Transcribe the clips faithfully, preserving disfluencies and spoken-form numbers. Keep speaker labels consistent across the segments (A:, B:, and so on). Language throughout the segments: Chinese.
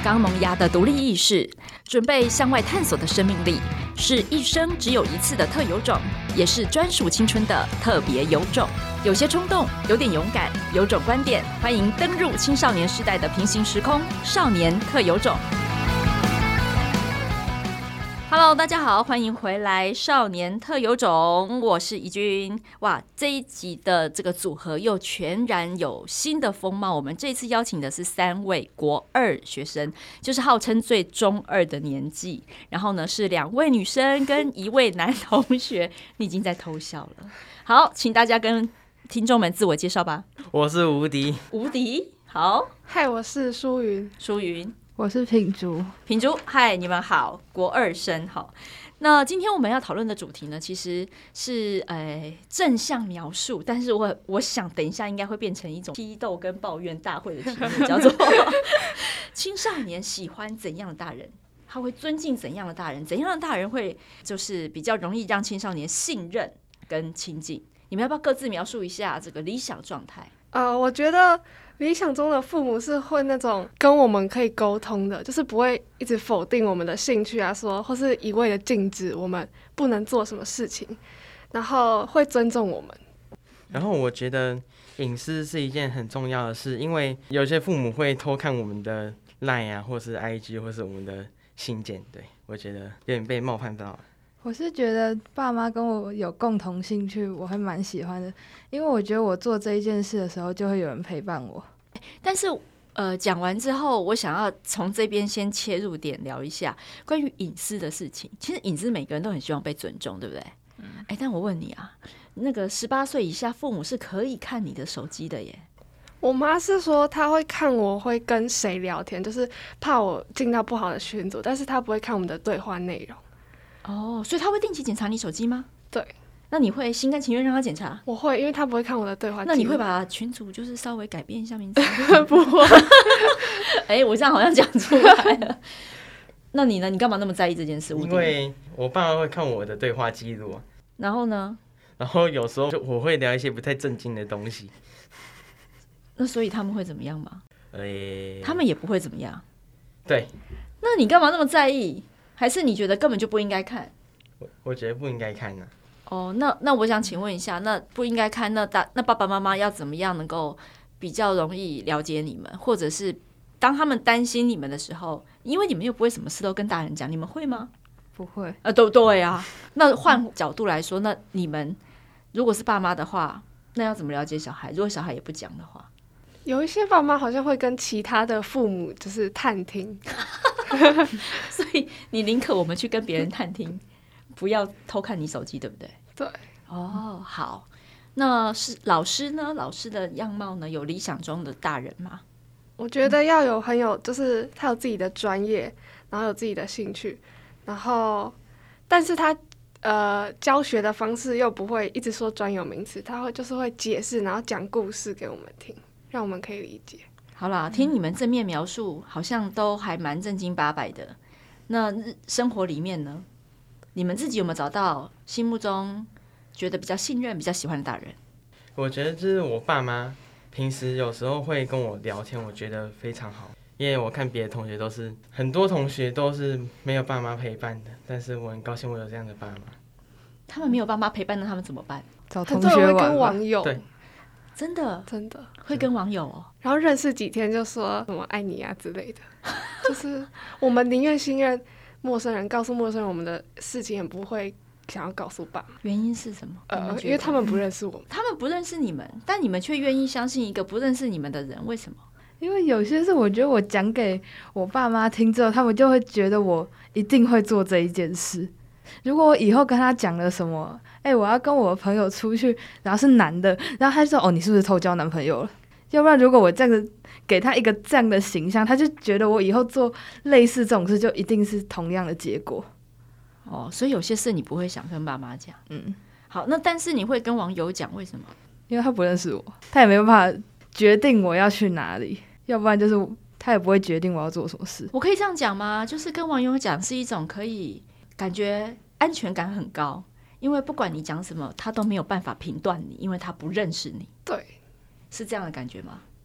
A: 刚萌芽的独立意识，准备向外探索的生命力，是一生只有一次的特有种，也是专属青春的特别有种。有些冲动，有点勇敢，有种观点，欢迎登入青少年时代的平行时空，少年特有种。Hello， 大家好，欢迎回来，少年特有种，我是怡君。哇，这一集的这个组合又全然有新的风貌。我们这次邀请的是三位国二学生，就是号称最中二的年纪。然后呢，是两位女生跟一位男同学。你已经在偷笑了。好，请大家跟听众们自我介绍吧。
B: 我是无敌，
A: 无敌。好，
C: 嗨，我是舒云，
A: 舒云。
C: 我是品竹，
A: 品竹，嗨，你们好，国二生好。那今天我们要讨论的主题呢，其实是呃正向描述，但是我我想等一下应该会变成一种批斗跟抱怨大会的题目，叫做青少年喜欢怎样的大人，他会尊敬怎样的大人，怎样的大人会就是比较容易让青少年信任跟亲近。你们要不要各自描述一下这个理想状态？
C: 呃，我觉得理想中的父母是会那种跟我们可以沟通的，就是不会一直否定我们的兴趣啊，说或是一味的禁止我们不能做什么事情，然后会尊重我们。
B: 然后我觉得隐私是一件很重要的事，因为有些父母会偷看我们的 LINE 啊，或是 I G， 或是我们的信件，对，我觉得有点被冒犯到了。
D: 我是觉得爸妈跟我有共同兴趣，我会蛮喜欢的，因为我觉得我做这一件事的时候，就会有人陪伴我。
A: 但是，呃，讲完之后，我想要从这边先切入点聊一下关于隐私的事情。其实隐私每个人都很希望被尊重，对不对？嗯。哎，但我问你啊，那个十八岁以下父母是可以看你的手机的耶。
C: 我妈是说她会看我会跟谁聊天，就是怕我进到不好的群组，但是她不会看我们的对话内容。
A: 哦，所以他会定期检查你手机吗？
C: 对。
A: 那你会心甘情愿让他检查？
C: 我会，因为他不会看我的对话记录。
A: 那你会把群组就是稍微改变一下名字？
C: 不会。
A: 哎、欸，我这样好像讲出来了。那你呢？你干嘛那么在意这件事？
B: 因为我爸妈会看我的对话记录。
A: 然后呢？
B: 然后有时候就我会聊一些不太正经的东西。
A: 那所以他们会怎么样吗？
B: 欸、
A: 他们也不会怎么样。
B: 对。
A: 那你干嘛那么在意？还是你觉得根本就不应该看？
B: 我我觉得不应该看呢、
A: 啊。哦，那那我想请问一下，那不应该看，那大那爸爸妈妈要怎么样能够比较容易了解你们，或者是当他们担心你们的时候，因为你们又不会什么事都跟大人讲，你们会吗？
D: 不会。
A: 呃，对对啊。那换角度来说，那你们如果是爸妈的话，那要怎么了解小孩？如果小孩也不讲的话，
C: 有一些爸妈好像会跟其他的父母就是探听。
A: 所以你宁可我们去跟别人探听，不要偷看你手机，对不对？
C: 对。
A: 哦，好。那是老师呢？老师的样貌呢？有理想中的大人吗？
C: 我觉得要有很有，就是他有自己的专业，然后有自己的兴趣，然后，但是他呃教学的方式又不会一直说专有名词，他会就是会解释，然后讲故事给我们听，让我们可以理解。
A: 好啦，听你们正面描述，好像都还蛮正经八百的。那生活里面呢，你们自己有没有找到心目中觉得比较信任、比较喜欢的大人？
B: 我觉得就是我爸妈平时有时候会跟我聊天，我觉得非常好。因为我看别的同学都是，很多同学都是没有爸妈陪伴的，但是我很高兴我有这样的爸妈。
A: 他们没有爸妈陪伴，那他们怎么办？
D: 找同学玩吧。
C: 很多人会跟网友。
B: 对。
A: 真的
C: 真的
A: 会跟网友哦，
C: 然后认识几天就说什么爱你啊之类的，就是我们宁愿信任陌生人，告诉陌生人我们的事情，也不会想要告诉爸妈。
A: 原因是什么？
C: 呃，因为他们不认识我们，
A: 他们不认识你们，但你们却愿意相信一个不认识你们的人，为什么？
D: 因为有些事我觉得我讲给我爸妈听之后，他们就会觉得我一定会做这一件事。如果我以后跟他讲了什么，哎、欸，我要跟我朋友出去，然后是男的，然后他就说，哦，你是不是偷交男朋友了？要不然如果我这样子给他一个这样的形象，他就觉得我以后做类似这种事就一定是同样的结果。
A: 哦，所以有些事你不会想跟爸妈讲。
D: 嗯，
A: 好，那但是你会跟网友讲，为什么？
D: 因为他不认识我，他也没办法决定我要去哪里，要不然就是他也不会决定我要做什么事。
A: 我可以这样讲吗？就是跟网友讲是一种可以感觉安全感很高，因为不管你讲什么，他都没有办法评断你，因为他不认识你。
C: 对，
A: 是这样的感觉吗？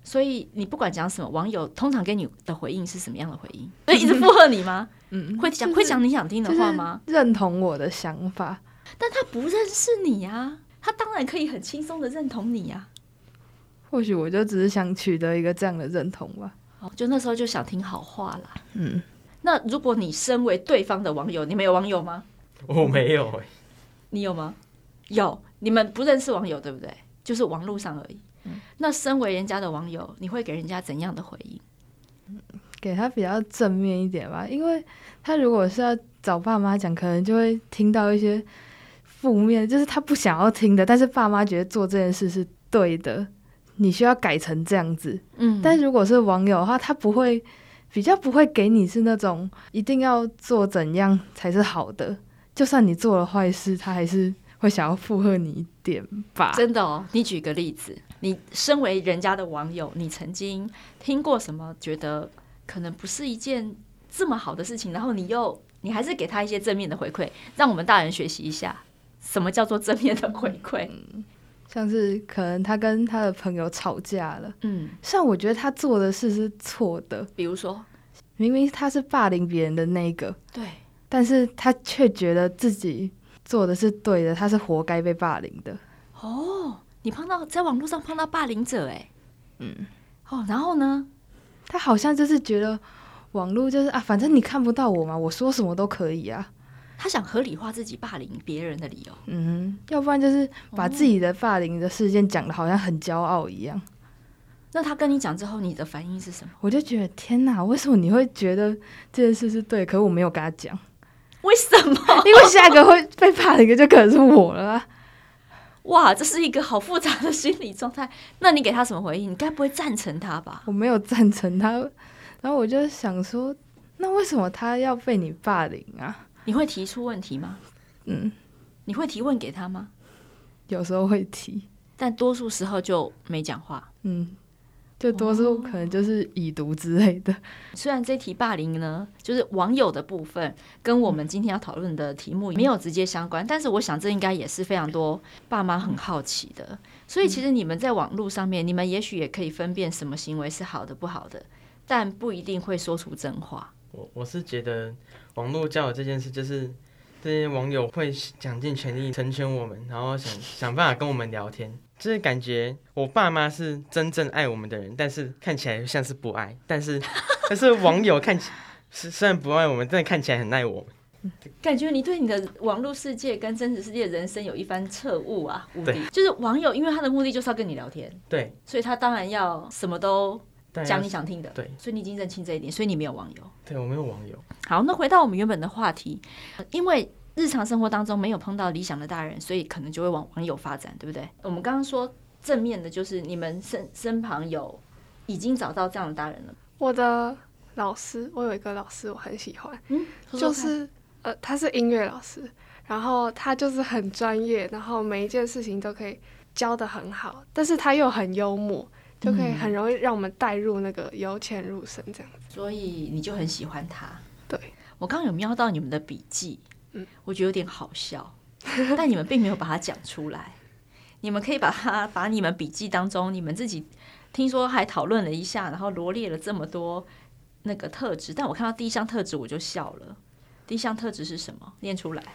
A: 所以你不管讲什么，网友通常给你的回应是什么样的回应？所以一直附和你吗？
D: 嗯，
A: 会讲、
D: 就是、
A: 会讲你想听的话吗？
D: 就是认同我的想法，
A: 但他不认识你啊，他当然可以很轻松的认同你啊。
D: 或许我就只是想取得一个这样的认同吧。
A: 哦，就那时候就想听好话啦。
D: 嗯，
A: 那如果你身为对方的网友，你们有网友吗？
B: 我没有哎、欸，
A: 你有吗？有，你们不认识网友对不对？就是网络上而已。嗯、那身为人家的网友，你会给人家怎样的回应？
D: 给他比较正面一点吧，因为他如果是要找爸妈讲，可能就会听到一些负面，就是他不想要听的，但是爸妈觉得做这件事是对的，你需要改成这样子。嗯，但如果是网友的话，他不会，比较不会给你是那种一定要做怎样才是好的，就算你做了坏事，他还是会想要附和你一点吧。
A: 真的哦，你举个例子，你身为人家的网友，你曾经听过什么觉得可能不是一件这么好的事情，然后你又你还是给他一些正面的回馈，让我们大人学习一下什么叫做正面的回馈。
D: 嗯，像是可能他跟他的朋友吵架了，
A: 嗯，
D: 像我觉得他做的事是错的，
A: 比如说
D: 明明他是霸凌别人的那个，
A: 对，
D: 但是他却觉得自己做的是对的，他是活该被霸凌的。
A: 哦，你碰到在网络上碰到霸凌者哎，
D: 嗯，
A: 哦，然后呢？
D: 他好像就是觉得网络就是啊，反正你看不到我嘛，我说什么都可以啊。
A: 他想合理化自己霸凌别人的理由。
D: 嗯，要不然就是把自己的霸凌的事件讲得好像很骄傲一样。
A: 那他跟你讲之后，你的反应是什么？
D: 我就觉得天哪，为什么你会觉得这件事是对？可是我没有跟他讲。
A: 为什么？
D: 因为下一个会被霸凌的就可能是我了啊。
A: 哇，这是一个好复杂的心理状态。那你给他什么回应？你该不会赞成他吧？
D: 我没有赞成他，然后我就想说，那为什么他要被你霸凌啊？
A: 你会提出问题吗？
D: 嗯，
A: 你会提问给他吗？
D: 有时候会提，
A: 但多数时候就没讲话。
D: 嗯，就多数可能就是已读之类的。
A: 虽然这题霸凌呢，就是网友的部分，跟我们今天要讨论的题目没有直接相关，但是我想这应该也是非常多爸妈很好奇的。所以其实你们在网络上面，你们也许也可以分辨什么行为是好的不好的，但不一定会说出真话。
B: 我我是觉得网络交友这件事，就是这些网友会想尽全力成全我们，然后想想办法跟我们聊天，就是感觉我爸妈是真正爱我们的人，但是看起来像是不爱，但是但是网友看起虽然不爱我们，但看起来很爱我们。
A: 感觉你对你的网络世界跟真实世界人生有一番彻悟啊，无敌！就是网友，因为他的目的就是要跟你聊天，
B: 对，
A: 所以他当然要什么都讲你想听的，
B: 对，
A: 所以你已经认清这一点，所以你没有网友。
B: 对，我没有网友。
A: 好，那回到我们原本的话题，因为日常生活当中没有碰到理想的大人，所以可能就会往网友发展，对不对？我们刚刚说正面的，就是你们身身旁有已经找到这样的大人了。
C: 我的老师，我有一个老师我很喜欢，
A: 嗯，说说
C: 就是呃，他是音乐老师，然后他就是很专业，然后每一件事情都可以教得很好，但是他又很幽默。就可以很容易让我们带入那个由浅入深这样子，
A: 所以你就很喜欢他。
C: 对，
A: 我刚刚有瞄到你们的笔记，
C: 嗯，
A: 我觉得有点好笑，但你们并没有把它讲出来。你们可以把它把你们笔记当中，你们自己听说还讨论了一下，然后罗列了这么多那个特质，但我看到第一项特质我就笑了。第一项特质是什么？念出来。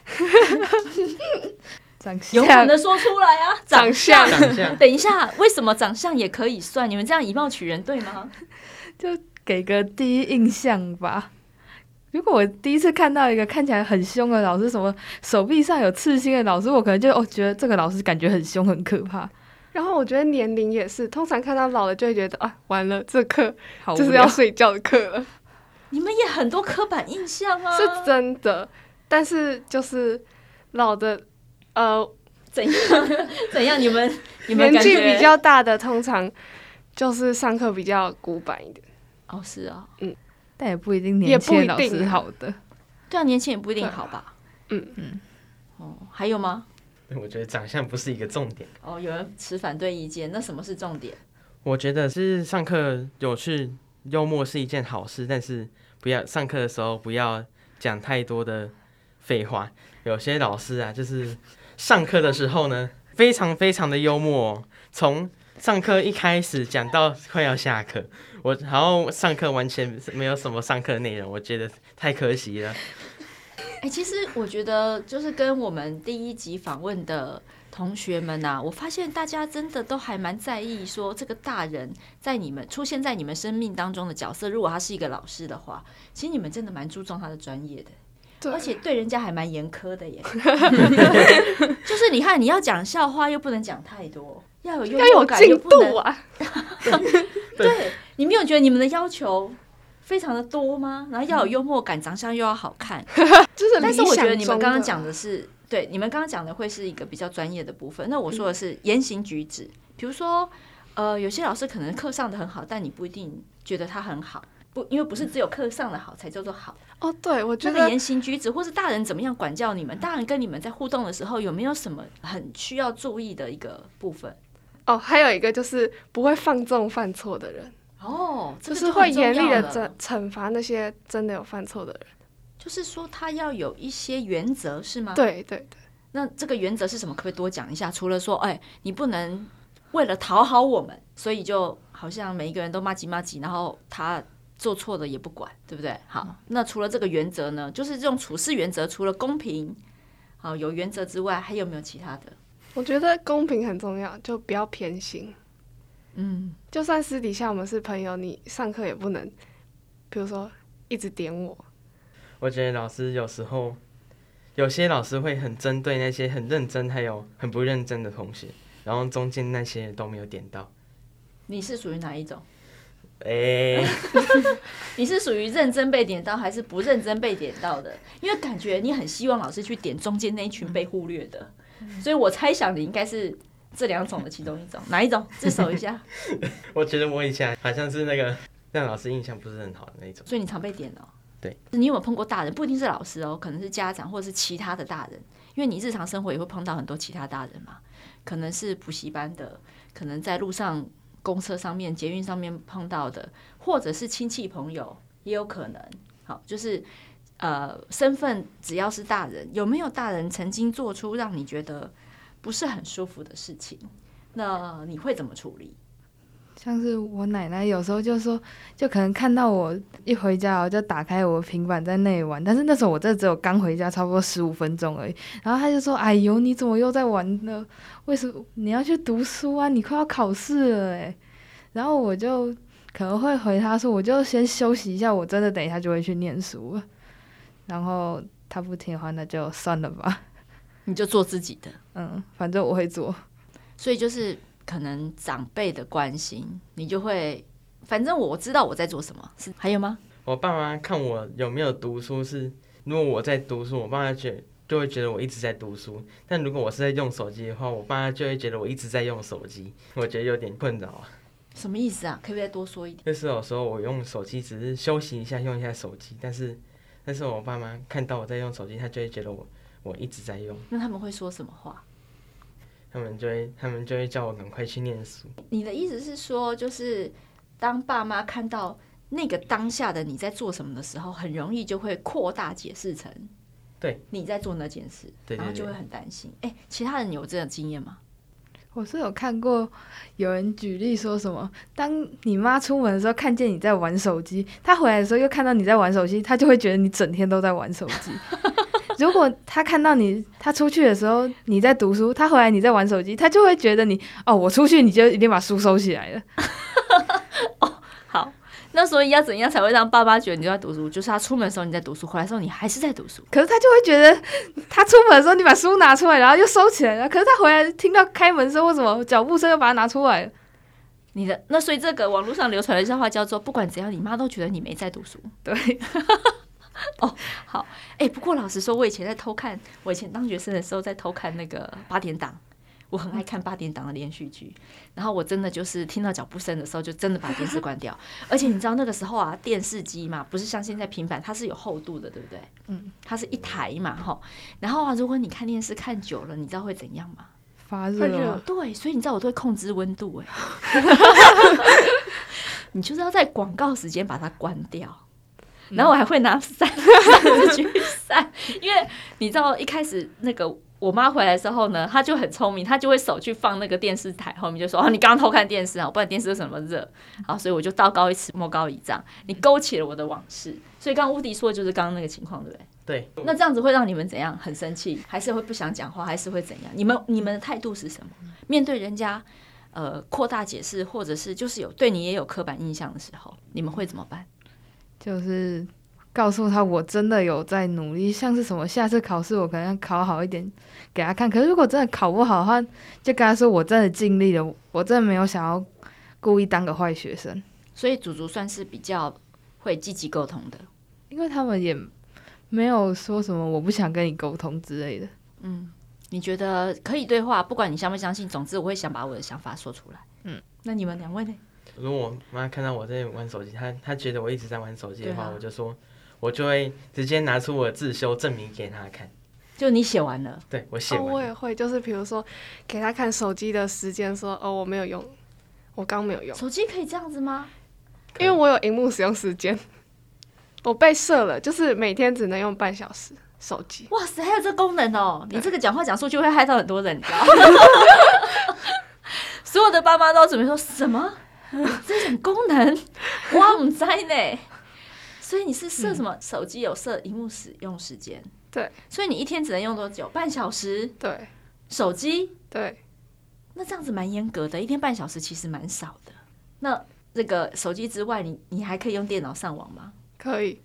D: 长相，
A: 勇敢的说出来啊！长相，
B: 长相。
A: 等一下，为什么长相也可以算？你们这样以貌取人，对吗？
D: 就给个第一印象吧。如果我第一次看到一个看起来很凶的老师，什么手臂上有刺青的老师，我可能就哦觉得这个老师感觉很凶很可怕。
C: 然后我觉得年龄也是，通常看到老的就会觉得啊，完了，这课
D: 好
C: 就是要睡觉的课了。
A: 你们也很多刻板印象啊，
C: 是真的。但是就是老的。呃，
A: 怎样？怎样？你们你们
C: 年纪比较大的，通常就是上课比较古板一点。
A: 哦，是啊，
C: 嗯，
D: 但也不一定年轻的老师好的。
A: 对啊，年轻也不一定好吧？
C: 嗯
A: 嗯。哦，还有吗？
B: 我觉得长相不是一个重点。
A: 哦，有人持反对意见，那什么是重点？
B: 我觉得是上课有趣、幽默是一件好事，但是不要上课的时候不要讲太多的废话。有些老师啊，就是。上课的时候呢，非常非常的幽默、哦，从上课一开始讲到快要下课，我然后上课完全没有什么上课内容，我觉得太可惜了。
A: 哎、欸，其实我觉得就是跟我们第一集访问的同学们啊，我发现大家真的都还蛮在意说这个大人在你们出现在你们生命当中的角色，如果他是一个老师的话，其实你们真的蛮注重他的专业的，而且对人家还蛮严苛的耶。就是你看，你要讲笑话又不能讲太多，要有幽默感又不能，要有进度啊。对，你没有觉得你们的要求非常的多吗？然后要有幽默感，长相又要好看，
C: 就是
A: 但是我觉得你们刚刚讲的是，对，你们刚刚讲的会是一个比较专业的部分。那我说的是言行举止，比如说，呃，有些老师可能课上的很好，但你不一定觉得他很好，不，因为不是只有课上的好才叫做好。
C: 哦，对，我觉得
A: 那个言行举止，或是大人怎么样管教你们，大人跟你们在互动的时候，有没有什么很需要注意的一个部分？
C: 哦，还有一个就是不会放纵犯错的人。
A: 哦，这个
C: 就是会严厉的惩惩罚那些真的有犯错的人，
A: 就是说他要有一些原则，是吗？
C: 对对对。
A: 那这个原则是什么？可不可以多讲一下？除了说，哎、欸，你不能为了讨好我们，所以就好像每一个人都骂鸡骂鸡，然后他做错的也不管，对不对？好，那除了这个原则呢，就是这种处事原则，除了公平，好有原则之外，还有没有其他的？
C: 我觉得公平很重要，就不要偏心。嗯，就算私底下我们是朋友，你上课也不能，比如说一直点我。
B: 我觉得老师有时候，有些老师会很针对那些很认真还有很不认真的同学，然后中间那些都没有点到。
A: 你是属于哪一种？
B: 哎、欸，
A: 你是属于认真被点到，还是不认真被点到的？因为感觉你很希望老师去点中间那一群被忽略的，所以我猜想你应该是这两种的其中一种，哪一种？自首一下。
B: 我觉得我以前好像是那个让老师印象不是很好的那一种，
A: 所以你常被点哦。
B: 对，
A: 你有没有碰过大人？不一定是老师哦，可能是家长或者是其他的大人，因为你日常生活也会碰到很多其他大人嘛，可能是补习班的，可能在路上、公车上面、捷运上面碰到的，或者是亲戚朋友也有可能。好，就是呃，身份只要是大人，有没有大人曾经做出让你觉得不是很舒服的事情？那你会怎么处理？
D: 像是我奶奶有时候就说，就可能看到我一回家，我就打开我的平板在内玩，但是那时候我这只有刚回家，差不多十五分钟而已。然后他就说：“哎呦，你怎么又在玩呢？为什么你要去读书啊？你快要考试了哎。”然后我就可能会回他说：“我就先休息一下，我真的等一下就会去念书了。”然后他不听的话，那就算了吧。
A: 你就做自己的，
D: 嗯，反正我会做。
A: 所以就是可能长辈的关心，你就会，反正我知道我在做什么。是还有吗？
B: 我爸妈看我有没有读书是，如果我在读书，我爸妈觉就会觉得我一直在读书；但如果我是在用手机的话，我爸妈就会觉得我一直在用手机。我觉得有点困扰啊。
A: 什么意思啊？可不可以再多说一点？
B: 就是有时候我用手机只是休息一下，用一下手机，但是但是我爸妈看到我在用手机，他就会觉得我我一直在用。
A: 那他们会说什么话？
B: 他们就会，他们就会叫我赶快去念书。
A: 你的意思是说，就是当爸妈看到那个当下的你在做什么的时候，很容易就会扩大解释成
B: 对你
A: 在做那件事，
B: 对对对，
A: 然后就会很担心。哎、欸，其他人有这种经验吗？
D: 我是有看过有人举例说什么，当你妈出门的时候看见你在玩手机，她回来的时候又看到你在玩手机，她就会觉得你整天都在玩手机。如果他看到你，他出去的时候你在读书，他回来你在玩手机，他就会觉得你哦，我出去你就一定把书收起来了。
A: 哦，好，那所以要怎样才会让爸妈觉得你就在读书？就是他出门的时候你在读书，回来的时候你还是在读书。
D: 可是他就会觉得他出门的时候你把书拿出来，然后又收起来了。可是他回来听到开门声或什么脚步声，又把它拿出来了。
A: 你的那所以这个网络上流传的笑话叫做：不管怎样，你妈都觉得你没在读书。
D: 对。
A: 哦，好，哎、欸，不过老实说，我以前在偷看，我以前当学生的时候在偷看那个八点档，我很爱看八点档的连续剧，然后我真的就是听到脚步声的时候，就真的把电视关掉。而且你知道那个时候啊，电视机嘛，不是像现在平板，它是有厚度的，对不对？嗯，它是一台嘛，哈。然后啊，如果你看电视看久了，你知道会怎样吗？
D: 发热。
A: 对，所以你知道我都会控制温度、欸，哎，你就是要在广告时间把它关掉。然后我还会拿扇子去扇，因为你知道一开始那个我妈回来之后呢，她就很聪明，她就会手去放那个电视台后面，就说：“哦，你刚刚偷看电视啊，不然电视为什么热？”好，所以我就道高一尺，魔高一丈，你勾起了我的往事。所以刚刚乌迪说的就是刚刚那个情况，对不对？
B: 对。
A: 那这样子会让你们怎样？很生气，还是会不想讲话，还是会怎样？你们你们的态度是什么？面对人家呃扩大解释，或者是就是有对你也有刻板印象的时候，你们会怎么办？
D: 就是告诉他我真的有在努力，像是什么下次考试我可能要考好一点给他看，可是如果真的考不好的话，就跟他说我真的尽力了，我真的没有想要故意当个坏学生。
A: 所以祖祖算是比较会积极沟通的，
D: 因为他们也没有说什么我不想跟你沟通之类的。
A: 嗯，你觉得可以对话，不管你相不相信，总之我会想把我的想法说出来。嗯，那你们两位呢？
B: 如果我妈看到我在玩手机，她她觉得我一直在玩手机的话，
A: 啊、
B: 我就说，我就会直接拿出我的自修证明给她看。
A: 就你写完了？
B: 对，我写完了。
C: 哦，我也会，就是比如说给她看手机的时间，说哦我没有用，我刚没有用。
A: 手机可以这样子吗？
C: 因为我有萤幕使用时间，我被设了，就是每天只能用半小时手机。
A: 哇塞，还有这功能哦！你这个讲话讲出去会害到很多人，你知道？所有的爸妈都准备说什么？这种功能，我不知道呢。所以你是设什么？嗯、手机有设萤幕使用时间？
C: 对。
A: 所以你一天只能用多久？半小时？
C: 对。
A: 手机？
C: 对。
A: 那这样子蛮严格的，一天半小时其实蛮少的。那这个手机之外，你你还可以用电脑上网吗？
C: 可以。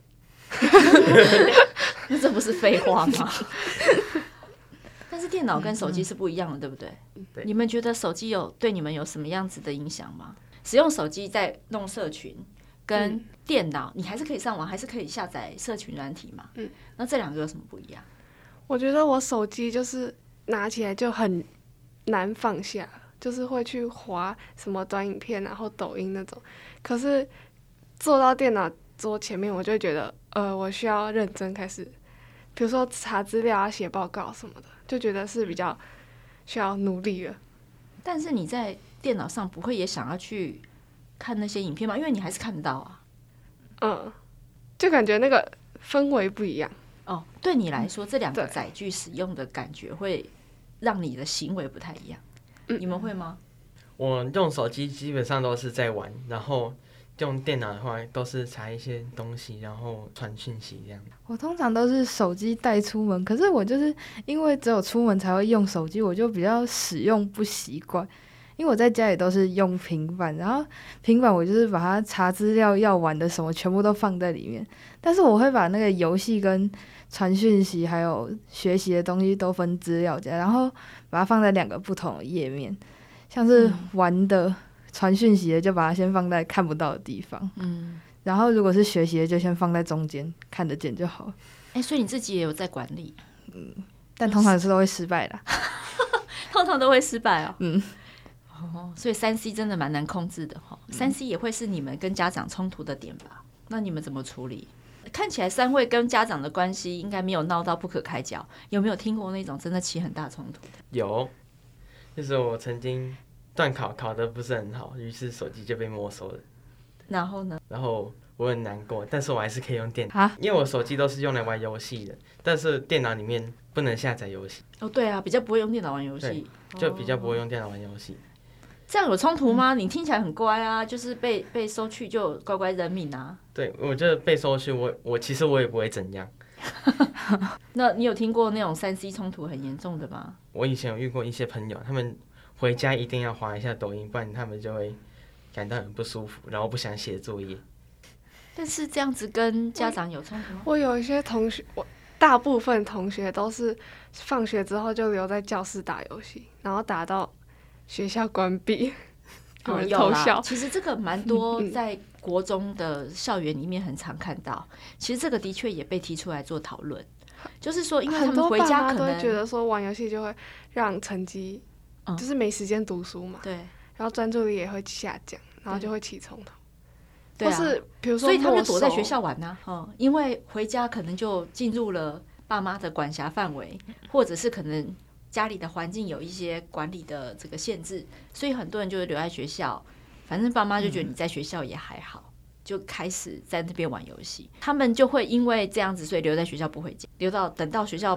A: 那这不是废话吗？但是电脑跟手机是不一样的，对不对？
B: 对。
A: 你们觉得手机有对你们有什么样子的影响吗？使用手机在弄社群，跟电脑、嗯、你还是可以上网，还是可以下载社群软体嘛？嗯。那这两个有什么不一样？
C: 我觉得我手机就是拿起来就很难放下，就是会去滑什么短影片，然后抖音那种。可是坐到电脑桌前面，我就会觉得，呃，我需要认真开始，比如说查资料啊、写报告什么的，就觉得是比较需要努力了。
A: 但是你在电脑上不会也想要去看那些影片吗？因为你还是看得到啊。
C: 嗯，就感觉那个氛围不一样。
A: 哦，对你来说，这两个载具使用的感觉会让你的行为不太一样。嗯、你们会吗？
B: 我用手机基本上都是在玩，然后用电脑的话都是查一些东西，然后传讯息这样。
D: 我通常都是手机带出门，可是我就是因为只有出门才会用手机，我就比较使用不习惯。因为我在家里都是用平板，然后平板我就是把它查资料要玩的什么全部都放在里面，但是我会把那个游戏跟传讯息还有学习的东西都分资料夹，然后把它放在两个不同的页面，像是玩的传讯息的就把它先放在看不到的地方，嗯，然后如果是学习的就先放在中间看得见就好了。
A: 哎、欸，所以你自己也有在管理，
D: 嗯，但通常是都会失败的，
A: 通常都会失败哦，
D: 嗯。
A: 哦，所以三 C 真的蛮难控制的哈。三 C 也会是你们跟家长冲突的点吧？那你们怎么处理？看起来三位跟家长的关系应该没有闹到不可开交，有没有听过那种真的起很大冲突的？
B: 有，就是我曾经段考考得不是很好，于是手机就被没收了。
A: 然后呢？
B: 然后我很难过，但是我还是可以用电脑，因为我手机都是用来玩游戏的，但是电脑里面不能下载游戏。
A: 哦，对啊，比较不会用电脑玩游戏，
B: 就比较不会用电脑玩游戏。
A: 这样有冲突吗？你听起来很乖啊，就是被被收去就乖乖认命啊。
B: 对，我觉得被收去，我我其实我也不会怎样。
A: 那你有听过那种三 C 冲突很严重的吗？
B: 我以前有遇过一些朋友，他们回家一定要滑一下抖音，不然他们就会感到很不舒服，然后不想写作业。
A: 但是这样子跟家长有冲突吗？
C: 我有一些同学，我大部分同学都是放学之后就留在教室打游戏，然后打到学校关闭，有人偷笑。
A: 其实这个蛮多在国中的校园里面很常看到。其实这个的确也被提出来做讨论，就是说，因为他们回家可能
C: 很多爸妈都会觉得说玩游戏就会让成绩、嗯、就是没时间读书嘛，
A: 对，
C: 然后专注力也会下降，然后就会起冲突。
A: 对啊，
C: 或是比如说，
A: 所以他们就躲在学校玩啊，嗯，因为回家可能就进入了爸妈的管辖范围，或者是可能家里的环境有一些管理的这个限制，所以很多人就会留在学校。反正爸妈就觉得你在学校也还好，嗯、就开始在那边玩游戏。他们就会因为这样子，所以留在学校不回家，留到等到学校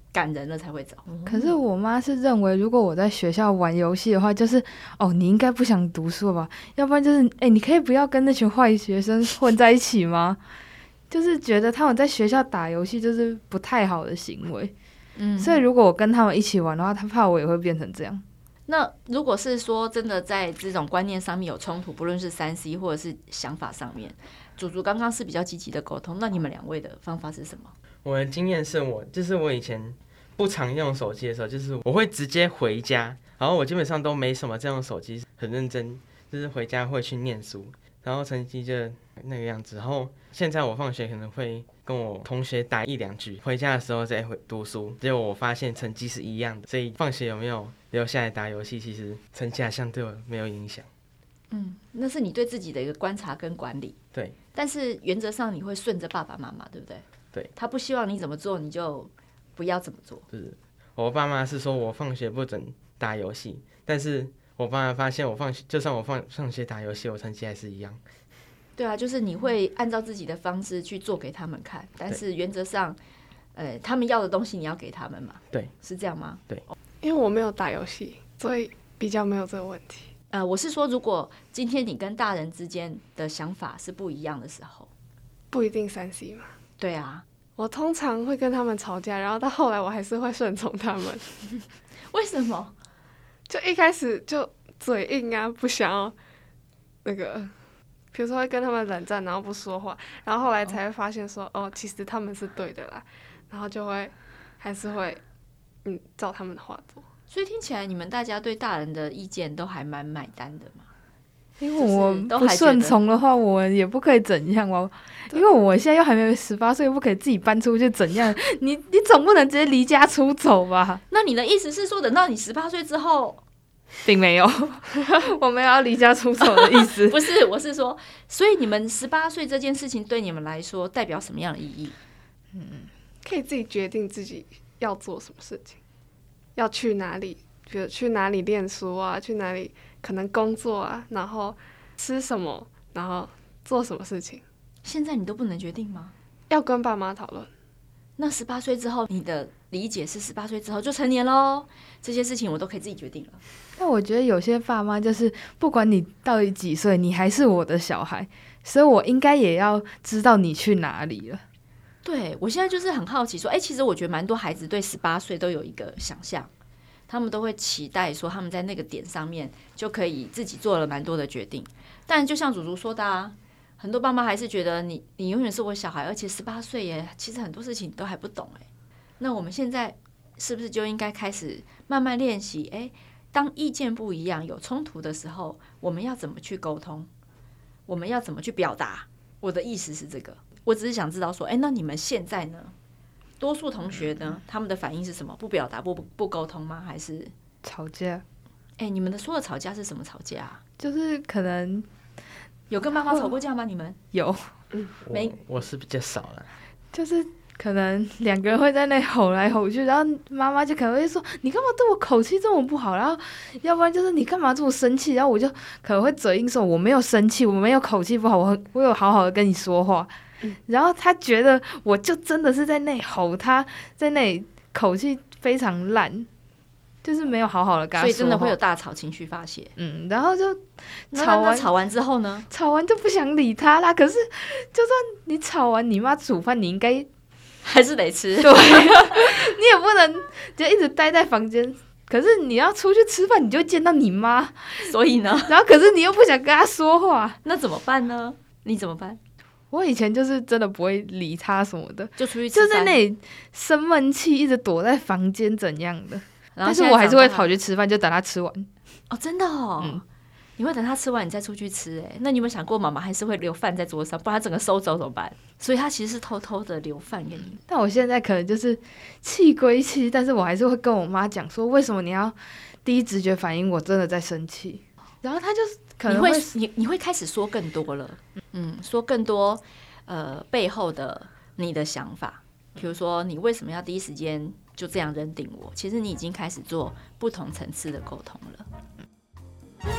A: 感人了才会走。
D: 可是我妈是认为，如果我在学校玩游戏的话，就是哦，你应该不想读书吧？要不然就是哎、欸，你可以不要跟那群坏学生混在一起吗？就是觉得他们在学校打游戏就是不太好的行为。嗯，所以如果我跟他们一起玩的话，他怕我也会变成这样。
A: 那如果是说真的在这种观念上面有冲突，不论是三 C 或者是想法上面，祖祖刚刚是比较积极的沟通，那你们两位的方法是什么？
B: 我的经验是我就是我以前不常用手机的时候，就是我会直接回家，然后我基本上都没什么在用手机，很认真，就是回家会去念书，然后成绩就那个样子。然后现在我放学可能会跟我同学打一两句，回家的时候再回读书，结果我发现成绩是一样的，所以放学有没有留下来打游戏，其实成绩好像对我没有影响。
A: 嗯，那是你对自己的一个观察跟管理。
B: 对，
A: 但是原则上你会顺着爸爸妈妈，对不对？
B: 对，
A: 他不希望你怎么做，你就不要怎么做。
B: 是，我爸妈是说我放学不准打游戏，但是我爸妈发现我放学，就算我放放学打游戏，我成绩还是一样。
A: 对啊，就是你会按照自己的方式去做给他们看，但是原则上，呃，他们要的东西你要给他们嘛。
B: 对，
A: 是这样吗？
B: 对，
C: 因为我没有打游戏，所以比较没有这个问题。
A: 呃，我是说，如果今天你跟大人之间的想法是不一样的时候，
C: 不一定三 C 嘛。
A: 对啊，
C: 我通常会跟他们吵架，然后到后来我还是会顺从他们。
A: 为什么？
C: 就一开始就嘴硬啊，不想要那个，比如说会跟他们冷战，然后不说话，然后后来才会发现说，哦，哦其实他们是对的啦，然后就会还是会嗯照他们的话做。
A: 所以听起来你们大家对大人的意见都还蛮买单的嘛。
D: 因为我不顺从的话，我也不可以怎样哦。因为我现在又还没有十八岁，不可以自己搬出去怎样？你你总不能直接离家出走吧？
A: 那你的意思是说，等到你十八岁之后，
D: 并没有，我没有要离家出走的意思。
A: 不是，我是说，所以你们十八岁这件事情对你们来说代表什么样的意义？
C: 嗯，可以自己决定自己要做什么事情，要去哪里，比如去哪里念书啊，去哪里。可能工作啊，然后吃什么，然后做什么事情，
A: 现在你都不能决定吗？
C: 要跟爸妈讨论。
A: 那十八岁之后，你的理解是十八岁之后就成年咯，这些事情我都可以自己决定了。
D: 但我觉得有些爸妈就是不管你到底几岁，你还是我的小孩，所以我应该也要知道你去哪里了。
A: 对，我现在就是很好奇说，哎，其实我觉得蛮多孩子对十八岁都有一个想象。他们都会期待说他们在那个点上面就可以自己做了蛮多的决定，但就像祖祖说的啊，很多爸妈还是觉得你你永远是我小孩，而且十八岁耶，其实很多事情都还不懂哎。那我们现在是不是就应该开始慢慢练习？哎，当意见不一样、有冲突的时候，我们要怎么去沟通？我们要怎么去表达？我的意思是这个，我只是想知道说，哎，那你们现在呢？多数同学呢，他们的反应是什么？不表达、不不沟通吗？还是
D: 吵架？
A: 哎、欸，你们的说的吵架是什么吵架啊？
D: 就是可能
A: 有跟妈妈吵过架吗？你们
D: 有？
B: 嗯，没，我是比较少了。
D: 就是可能两个人会在那吼来吼去，然后妈妈就可能会说：“你干嘛对我口气这么不好？”然后要不然就是你干嘛这么生气？然后我就可能会嘴硬说：“我没有生气，我没有口气不好，我我有好好的跟你说话。”然后他觉得我就真的是在那里吼他，在那里口气非常烂，就是没有好好的跟他说话，
A: 所以真的会有大吵，情绪发泄。
D: 嗯，然后就
A: 吵完，吵完之后呢？
D: 吵完就不想理他啦。可是就算你吵完，你妈煮饭，你应该
A: 还是得吃。
D: 对，你也不能就一直待在房间。可是你要出去吃饭，你就见到你妈，
A: 所以呢？
D: 然后可是你又不想跟她说话，
A: 那怎么办呢？你怎么办？
D: 我以前就是真的不会理他什么的，
A: 就出去吃
D: 就在那里生闷气，一直躲在房间怎样的。
A: 然后
D: 但是我还是会跑去吃饭，就等他吃完。
A: 哦，真的哦，
D: 嗯、
A: 你会等他吃完你再出去吃？哎，那你有没有想过，妈妈还是会留饭在桌上，不然他整个收走怎么办？所以他其实是偷偷的留饭给你。
D: 但我现在可能就是气归气，但是我还是会跟我妈讲说，为什么你要第一直觉反应我真的在生气？然后他就可能
A: 会你会你你会开始说更多了，嗯，说更多呃背后的你的想法，比如说你为什么要第一时间就这样认定我？其实你已经开始做不同层次的沟通了。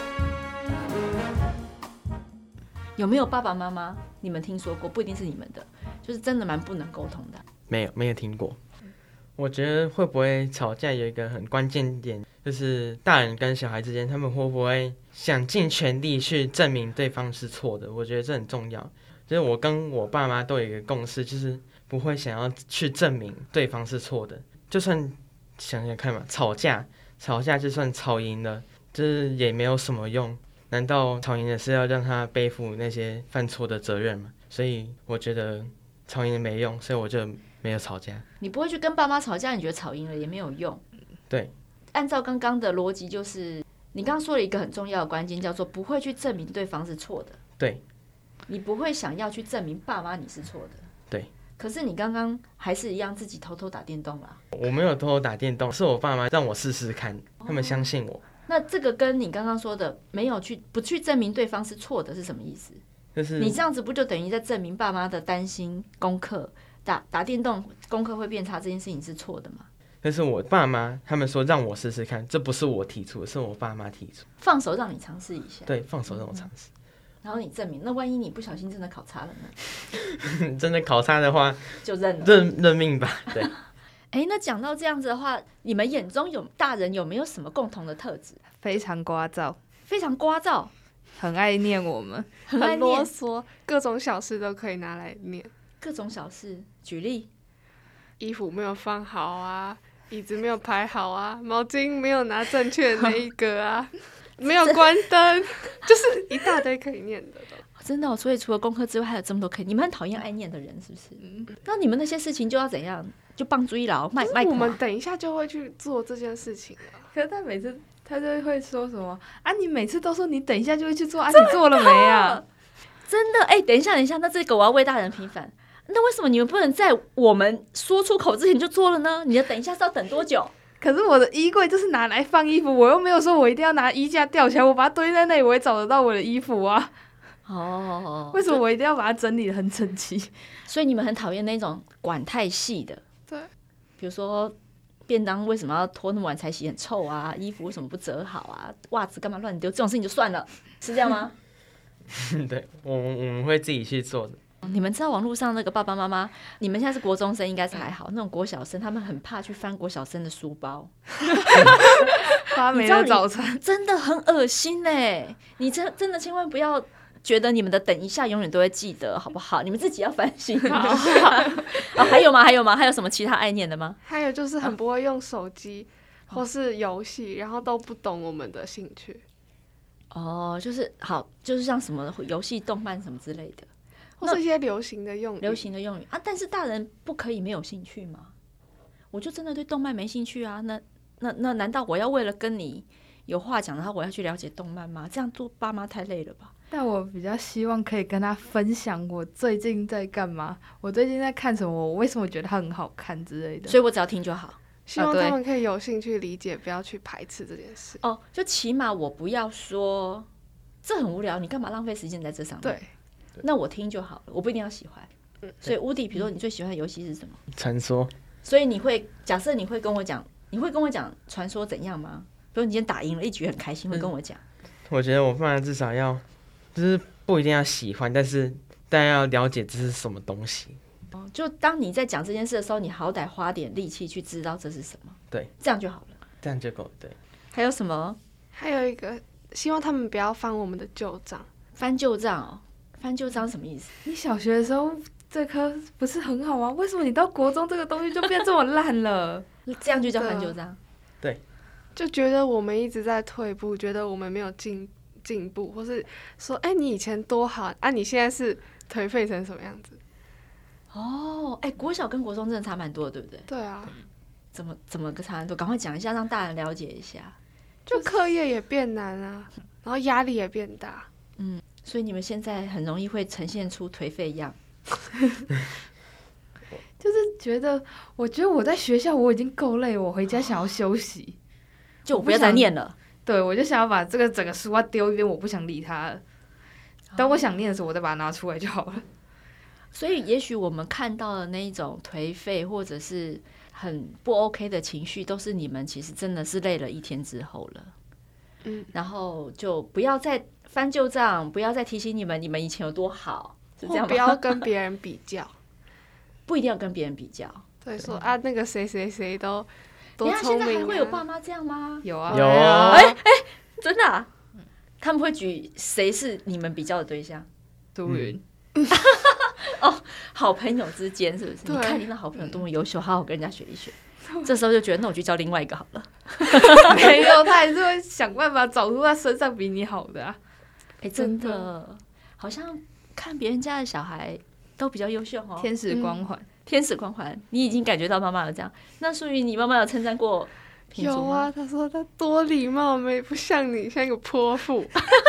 A: 有没有爸爸妈妈你们听说过？不一定是你们的，就是真的蛮不能沟通的。
B: 没有，没有听过。 我觉得会不会吵架有一个很关键点，就是大人跟小孩之间，他们会不会想尽全力去证明对方是错的？我觉得这很重要。就是我跟我爸妈都有一个共识，就是不会想要去证明对方是错的。就算想想看嘛，吵架，吵架就算吵赢了，就是也没有什么用。难道吵赢了是要让他背负那些犯错的责任吗？所以我觉得吵赢了没用，所以我就没有吵架。
A: 你不会去跟爸妈吵架，你觉得吵赢了也没有用。
B: 对，
A: 按照刚刚的逻辑，就是你刚刚说了一个很重要的关键，叫做不会去证明对方是错的。
B: 对，
A: 你不会想要去证明爸妈你是错的。
B: 对，
A: 可是你刚刚还是一样自己偷偷打电动啦。
B: 我没有偷偷打电动，是我爸妈让我试试看，他们相信我。
A: 那这个跟你刚刚说的没有去不去证明对方是错的是什么意思？
B: 就是
A: 你这样子不就等于在证明爸妈的担心功课打打电动功课会变差这件事情是错的吗？
B: 但是我爸妈他们说让我试试看，这不是我提出的，是我爸妈提出。
A: 放手让你尝试一下。
B: 对，放手让我尝试。
A: 然后你证明，那万一你不小心真的考差了呢？
B: 真的考差的话，
A: 就认了，
B: 认认命吧。对。
A: 哎，那讲到这样子的话，你们眼中有大人有没有什么共同的特质？
D: 非常聒噪，
A: 非常聒噪，
D: 很爱念我们，
A: 很爱
C: 很啰
A: 念，
C: 嗦，各种小事都可以拿来念。
A: 各种小事。举例，
C: 衣服没有放好啊，椅子没有排好啊，毛巾没有拿正确的那一个啊，没有关灯，就是一大堆可以念的都。
A: 真的、哦，所以除了功课之外，还有这么多可以。你们很讨厌爱念的人，是不是？嗯。那你们那些事情就要怎样？就帮助一劳，卖卖。
C: 我们等一下就会去做这件事情了。
D: 可是他每次他就会说什么啊？你每次都说你等一下就会去做啊，你做了没啊？
A: 真的，哎、欸，等一下，等一下，那这个我要为大人平反。那为什么你们不能在我们说出口之前就做了呢？你的等一下是要等多久？
D: 可是我的衣柜就是拿来放衣服，我又没有说我一定要拿衣架吊起来，我把它堆在那里，我也找得到我的衣服啊。
A: 哦，
D: 为什么我一定要把它整理得很整齐？
A: 所以你们很讨厌那种管太细的。
C: 对，
A: 比如说便当为什么要拖那么晚才洗，很臭啊？衣服为什么不折好啊？袜子干嘛乱丢？这种事情就算了，是这样吗？
B: 对，我我们会自己去做的。
A: 你们知道网络上那个爸爸妈妈，你们现在是国中生，应该是还好。那种国小生，他们很怕去翻国小生的书包，
D: 发霉的早餐
A: 真的很恶心嘞！你真真的千万不要觉得你们的等一下永远都会记得，好不好？你们自己要反省。哦，还有吗？还有吗？还有什么其他爱念的吗？
C: 还有就是很不会用手机或是游戏，然后都不懂我们的兴趣。
A: 哦，就是好，就是像什么游戏、动漫什么之类的。
C: 或是一些流行的用语，
A: 流行的用语啊，但是大人不可以没有兴趣吗？我就真的对动漫没兴趣啊，那那那难道我要为了跟你有话讲，然后我要去了解动漫吗？这样做爸妈太累了吧？
D: 但我比较希望可以跟他分享我最近在干嘛，我最近在看什么，我为什么觉得它很好看之类的。
A: 所以我只要听就好。
C: 希望他们可以有兴趣理解，不要去排斥这件事。
A: 哦，就起码我不要说这很无聊，你干嘛浪费时间在这上面？
C: 对。
A: 那我听就好了，我不一定要喜欢。嗯、所以乌迪，比如说你最喜欢的游戏是什么？
B: 传说。
A: 所以你会假设你会跟我讲，你会跟我讲传说怎样吗？比如你今天打赢了一局很开心，会跟我讲、嗯。
B: 我觉得我爸妈至少要，就是不一定要喜欢，但是大家要了解这是什么东西。
A: 哦，就当你在讲这件事的时候，你好歹花点力气去知道这是什么。
B: 对，
A: 这样就好了。
B: 这样就够。对。
A: 还有什么？
C: 还有一个，希望他们不要翻我们的旧账。
A: 翻旧账哦。翻旧账什么意思？
D: 你小学的时候这科不是很好吗？为什么你到国中这个东西就变这么烂了？
A: 这样就叫翻旧账？
B: 对，
C: 就觉得我们一直在退步，觉得我们没有进进步，或是说，哎、欸，你以前多好啊，你现在是颓废成什么样子？
A: 哦，哎、欸，国小跟国中真的差蛮多的，对不对？
C: 对啊，
A: 怎么怎么个差蛮多？赶快讲一下，让大人了解一下。
C: 就课业也变难啊，然后压力也变大。
A: 嗯。所以你们现在很容易会呈现出颓废样，
D: 就是觉得，我觉得我在学校我已经够累，我回家想要休息，
A: 就我不要再念了。
D: 对，我就想要把这个整个书啊丢一边，我不想理它了。当我想念的时候，我再把它拿出来就好了。
A: 所以，也许我们看到的那一种颓废或者是很不 OK 的情绪，都是你们其实真的是累了一天之后了。嗯，然后就不要再翻旧账，不要再提醒你们你们以前有多好，是这样吗？
C: 不要跟别人比较，
A: 不一定要跟别人比较。
C: 对，说啊那个谁谁谁都多
A: 等一下现
C: 聪明、啊。
A: 在还会有爸妈这样吗？
D: 有啊，
B: 有
A: 哎哎、真的、啊？他们会举谁是你们比较的对象？
D: 杜云，
A: 好朋友之间是不是？
C: 对
A: 你看你那好朋友多么优秀，好好跟人家学一学。这时候就觉得，那我去交另外一个好了。
D: 没有，他还是会想办法找出他身上比你好的啊。
A: 哎、真的，好像看别人家的小孩都比较优秀哦。
D: 天使光环，
A: 天使光环，你已经感觉到妈妈有这样。那淑云，你妈妈有称赞过品竹
C: 有
A: 吗？
C: 啊，他说他多礼貌，没不像你，像一个泼妇。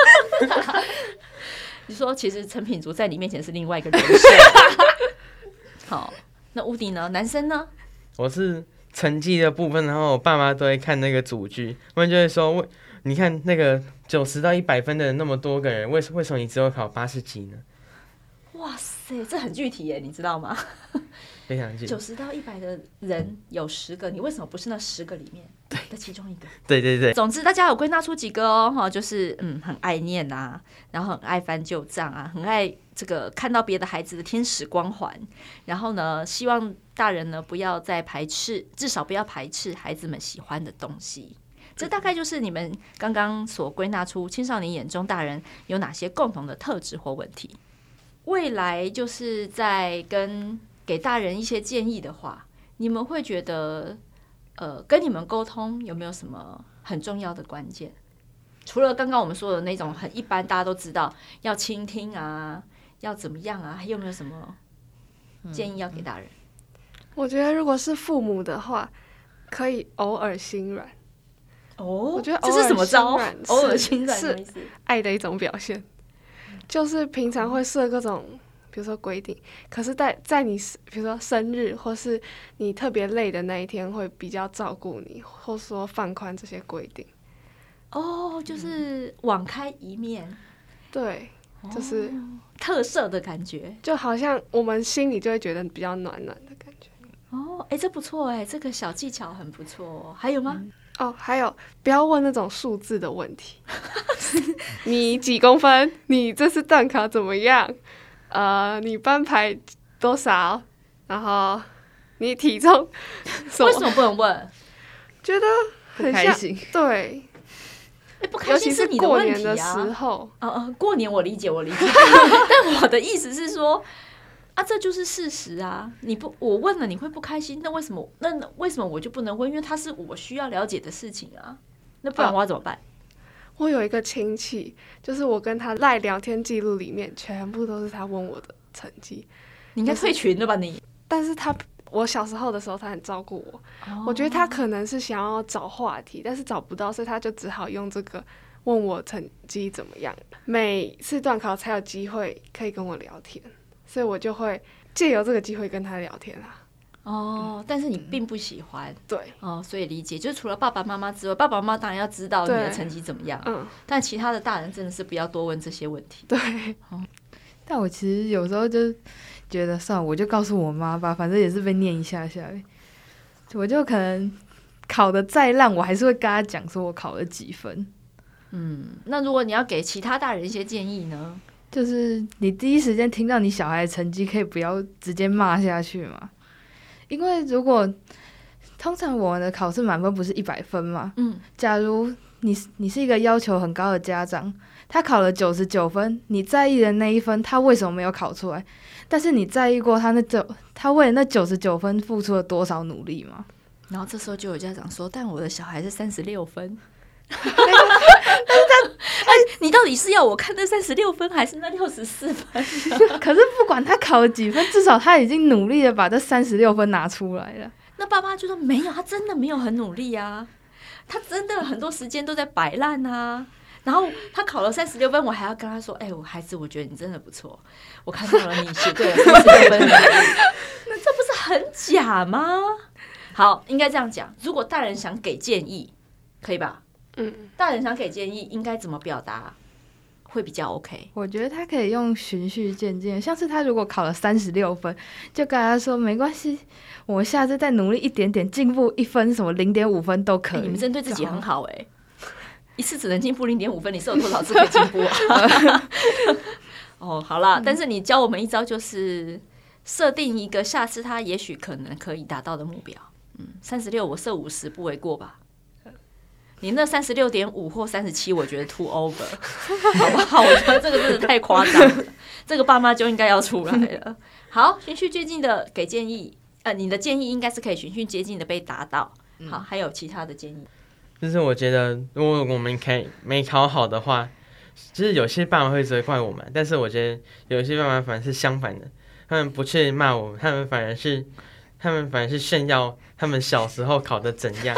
A: 你说，其实陈品竹在你面前是另外一个人设。好，那乌迪呢？男生呢？
B: 我是成绩的部分，然后我爸妈都会看那个组句，他们就会说：“为你看那个九十到一百分的人那么多个人，为为什么你只有考八十几呢
A: 哇塞，这很具体耶，你知道吗？？”
B: 非常近。
A: 九十到一百的人有十个，你为什么不是那十个里面的其中一个？
B: 对对对，
A: 总之，大家有归纳出几个哦，哈，就是嗯，很爱念啊，然后很爱翻旧账啊，很爱这个看到别的孩子的天使光环，然后呢，希望大人呢不要再排斥，至少不要排斥孩子们喜欢的东西。这大概就是你们刚刚所归纳出青少年眼中大人有哪些共同的特质或问题。未来就是在跟给大人一些建议的话，你们会觉得，呃，跟你们沟通有没有什么很重要的关键？除了刚刚我们说的那种很一般，大家都知道要倾听啊，要怎么样啊，还有没有什么建议要给大人？
C: 我觉得如果是父母的话，可以偶尔心软，
A: 哦，
C: 我觉得
A: 这是什么招
C: 偶尔心软？是
A: 偶尔心软什么意思？
C: 爱的一种表现，就是平常会设各种，比如说规定，可是在在你比如说生日或是你特别累的那一天，会比较照顾你，或说放宽这些规定。
A: 哦，就是网开一面，
C: 对，就是
A: 特色的感觉。
C: 就好像我们心里就会觉得比较暖暖的感觉。
A: 哦，哎，这不错哎，这个小技巧很不错哦。还有吗？
C: 哦，还有不要问那种数字的问题，你几公分？你这次段考怎么样？呃，你班排多少？然后你体重什么？
A: 为什么不能问？
C: 觉得
D: 不
C: 很像
D: 开心。
C: 对，
A: 哎，不开
C: 尤
A: 心
C: 其过
A: 你的问
C: 年的
A: 题啊。
C: 时候，
A: 哦哦，过年我理解，我理解。但我的意思是说，啊，这就是事实啊！你不，我问了你会不开心，那为什么？那为什么我就不能问？因为它是我需要了解的事情啊。那不然我要怎么办？
C: 我有一个亲戚，就是我跟他赖聊天记录里面，全部都是他问我的成绩。
A: 你应该退群了吧你？
C: 但是他我小时候的时候，他很照顾我。
A: 哦
C: 我觉得他可能是想要找话题，但是找不到，所以他就只好用这个问我成绩怎么样。每次段考才有机会可以跟我聊天，所以我就会借由这个机会跟他聊天啊。
A: 哦，但是你并不喜欢
C: 对，
A: 哦，所以理解，就是除了爸爸妈妈之外，爸爸妈妈当然要知道你的
C: 对
A: 成绩怎么样，
C: 嗯，
A: 但其他的大人真的是不要多问这些问题。
C: 对，
D: 但我其实有时候就觉得，算了，我就告诉我妈吧，反正也是被念一下下而已，我就可能考得再烂，我还是会跟他讲说我考了几分。
A: 嗯，那如果你要给其他大人一些建议呢？
D: 就是你第一时间听到你小孩的成绩，可以不要直接骂下去嘛？因为如果通常我们的考试满分不是一百分嘛，
A: 嗯，
D: 假如你你是一个要求很高的家长，他考了九十九分，你在意的那一分他为什么没有考出来？但是你在意过他那九他为了那九十九分付出了多少努力吗？
A: 然后这时候就有家长说：“但我的小孩是三十六分。”哎，你到底是要我看那三十六分，还是那六十四分？
D: 可是不管他考了几分，至少他已经努力的把这三十六分拿出来了。
A: 那爸妈就说没有，他真的没有很努力啊，他真的很多时间都在摆烂啊。然后他考了三十六分，我还要跟他说：“哎、欸，我孩子，我觉得你真的不错，我看到了你写对了三十六分，那这不是很假吗？”好，应该这样讲。如果大人想给建议，可以吧？
C: 嗯，
A: 大人想给建议，应该怎么表达会比较 OK？
D: 我觉得他可以用循序渐进，像是他如果考了三十六分，就跟他说没关系，我下次再努力一点点，进步一分，什么零点五分都可以。
A: 欸、你们针对自己很好哎、欸，一次只能进步零点五分，你是有多少次可以进步啊？哦，好啦，嗯、但是你教我们一招，就是设定一个下次他也许可能可以达到的目标。嗯，三十六我设五十不为过吧？你那三十六点五或三十七，我觉得 too over， 好不好？我觉得这个真的太夸张了，这个爸妈就应该要出来了。好，循序渐进的给建议，呃，你的建议应该是可以循序渐进的被达到。好，还有其他的建议？
B: 就是我觉得，如果我们可以没考好的话，就是有些爸妈会责怪我们，但是我觉得有些爸妈反而是相反的，他们不去骂我们，他们反而是他们反而是炫耀他们小时候考的怎样。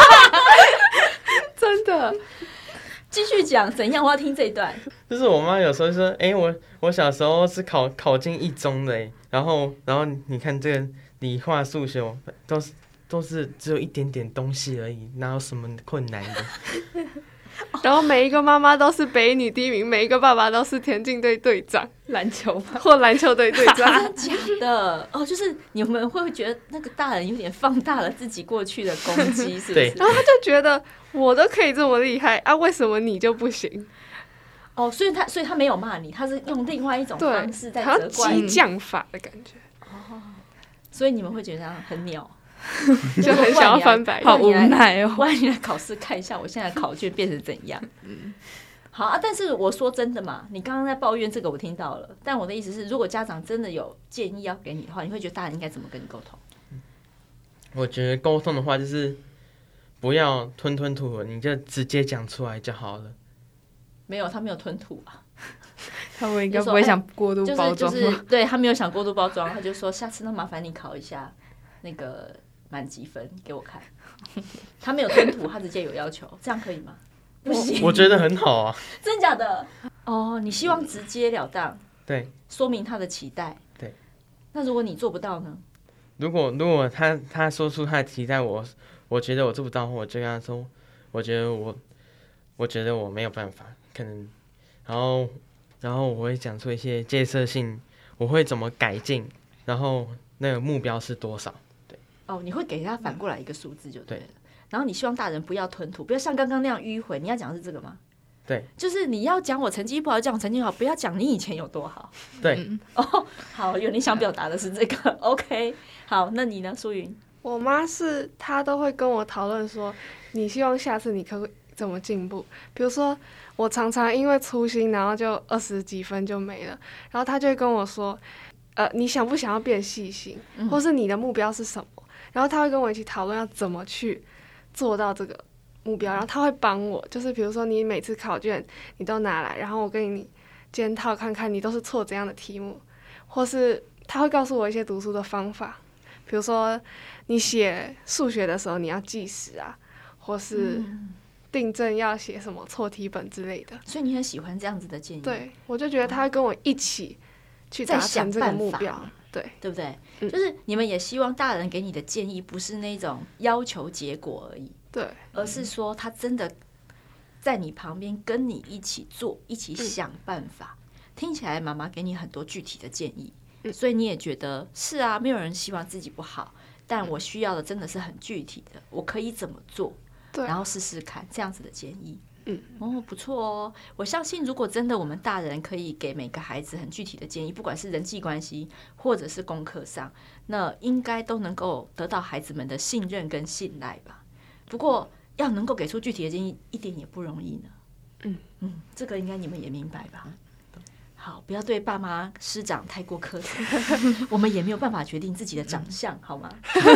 C: 真的，
A: 继续讲怎样？我要听这一段。
B: 就是我妈有时候说：“哎、欸，我我小时候是考考进一中的，哎，然后然后你看这个理化、数学都是都是只有一点点东西而已，哪有什么困难的？”
C: 然后每一个妈妈都是北一女第一名，每一个爸爸都是田径队队长、
D: 篮球吧，
C: 或篮球队队长。
A: 真的假的？哦，就是你们会不会觉得那个大人有点放大了自己过去的攻击，是不是？
B: 对。
C: 然后他就觉得我都可以这么厉害啊，为什么你就不行？
A: 哦，所以他所以他没有骂你，他是用另外一种方式在责怪
C: 你，激将法的感觉。
A: 哦，所以你们会觉得这样很鸟。
C: 就很想要翻白眼，
D: 好无奈哦！
A: 万一来考试看一下，我现在考卷变成怎样？嗯，好啊。但是我说真的嘛，你刚刚在抱怨这个，我听到了。但我的意思是，如果家长真的有建议要给你的话，你会觉得大人应该怎么跟你沟通？
B: 我觉得沟通的话，就是不要吞吞吐吐，你就直接讲出来就好了。
A: 没有，他没有吞吐啊。
D: 他们应该不会想过度包装吗？
A: 就是就是、对他没有想过度包装，他就说下次那麻烦你考一下那个。满积分给我看，他没有吞吐，他直接有要求，这样可以吗？不行，
B: 我觉得很好啊。
A: 真的假的？哦，你希望直截了当，
B: 对，
A: 说明他的期待。
B: 对，
A: 那如果你做不到呢？
B: 如果如果他他说出他的期待，我我觉得我做不到，我就跟他说，我觉得我我觉得我没有办法，可能，然后然后我会讲出一些建设性，我会怎么改进，然后那个目标是多少。
A: 哦，你会给他反过来一个数字就对了，对，然后你希望大人不要吞吐，不要像刚刚那样迂回。你要讲的是这个吗？
B: 对，
A: 就是你要讲我成绩不好，讲我成绩好，不要讲你以前有多好。
B: 对，
A: 嗯、哦，好，有你想表达的是这个，OK， 好，那你呢，淑云？
C: 我妈是她都会跟我讨论说，你希望下次你可以怎么进步？比如说我常常因为粗心，然后就二十几分就没了，然后她就会跟我说，呃，你想不想要变细心，或是你的目标是什么？然后他会跟我一起讨论要怎么去做到这个目标，然后他会帮我，就是比如说你每次考卷你都拿来，然后我跟你检讨看看你都是错怎样的题目，或是他会告诉我一些读书的方法，比如说你写数学的时候你要计时啊，或是订正要写什么错题本之类的。
A: 所以你很喜欢这样子的建议？
C: 对，我就觉得他会跟我一起去达成这个目标。对，
A: 对不对、
C: 嗯？
A: 就是你们也希望大人给你的建议不是那种要求结果而已，
C: 对，
A: 而是说他真的在你旁边跟你一起做，一起想办法。嗯、听起来妈妈给你很多具体的建议、嗯，所以你也觉得是啊，没有人希望自己不好，但我需要的真的是很具体的，我可以怎么做，
C: 对，
A: 然后试试看这样子的建议。
C: 嗯，
A: 哦，不错哦。我相信，如果真的我们大人可以给每个孩子很具体的建议，不管是人际关系或者是功课上，那应该都能够得到孩子们的信任跟信赖吧。不过，要能够给出具体的建议，一点也不容易呢。
C: 嗯
A: 嗯，这个应该你们也明白吧？好，不要对爸妈师长太过苛责，我们也没有办法决定自己的长相，好吗？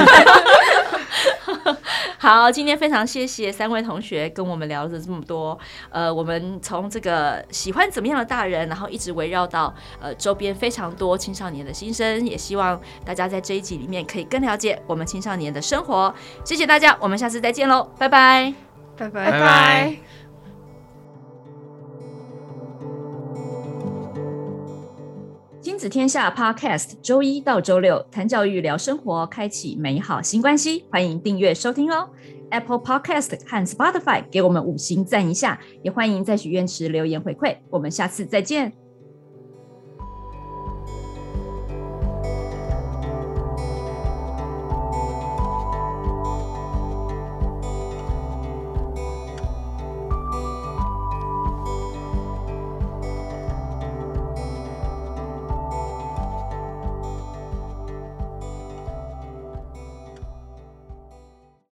A: 好，今天非常谢谢三位同学跟我们聊了这么多。呃，我们从这个喜欢怎么样的大人，然后一直围绕到呃周边非常多青少年的心声，也希望大家在这一集里面可以更了解我们青少年的生活。谢谢大家，我们下次再见喽，拜拜，
C: 拜拜，拜拜。
A: 亲子天下 Podcast 周一到周六谈教育聊生活，开启美好新关系，欢迎订阅收听哦。Apple Podcast 和 Spotify 给我们五星赞一下，也欢迎在许愿池留言回馈，我们下次再见。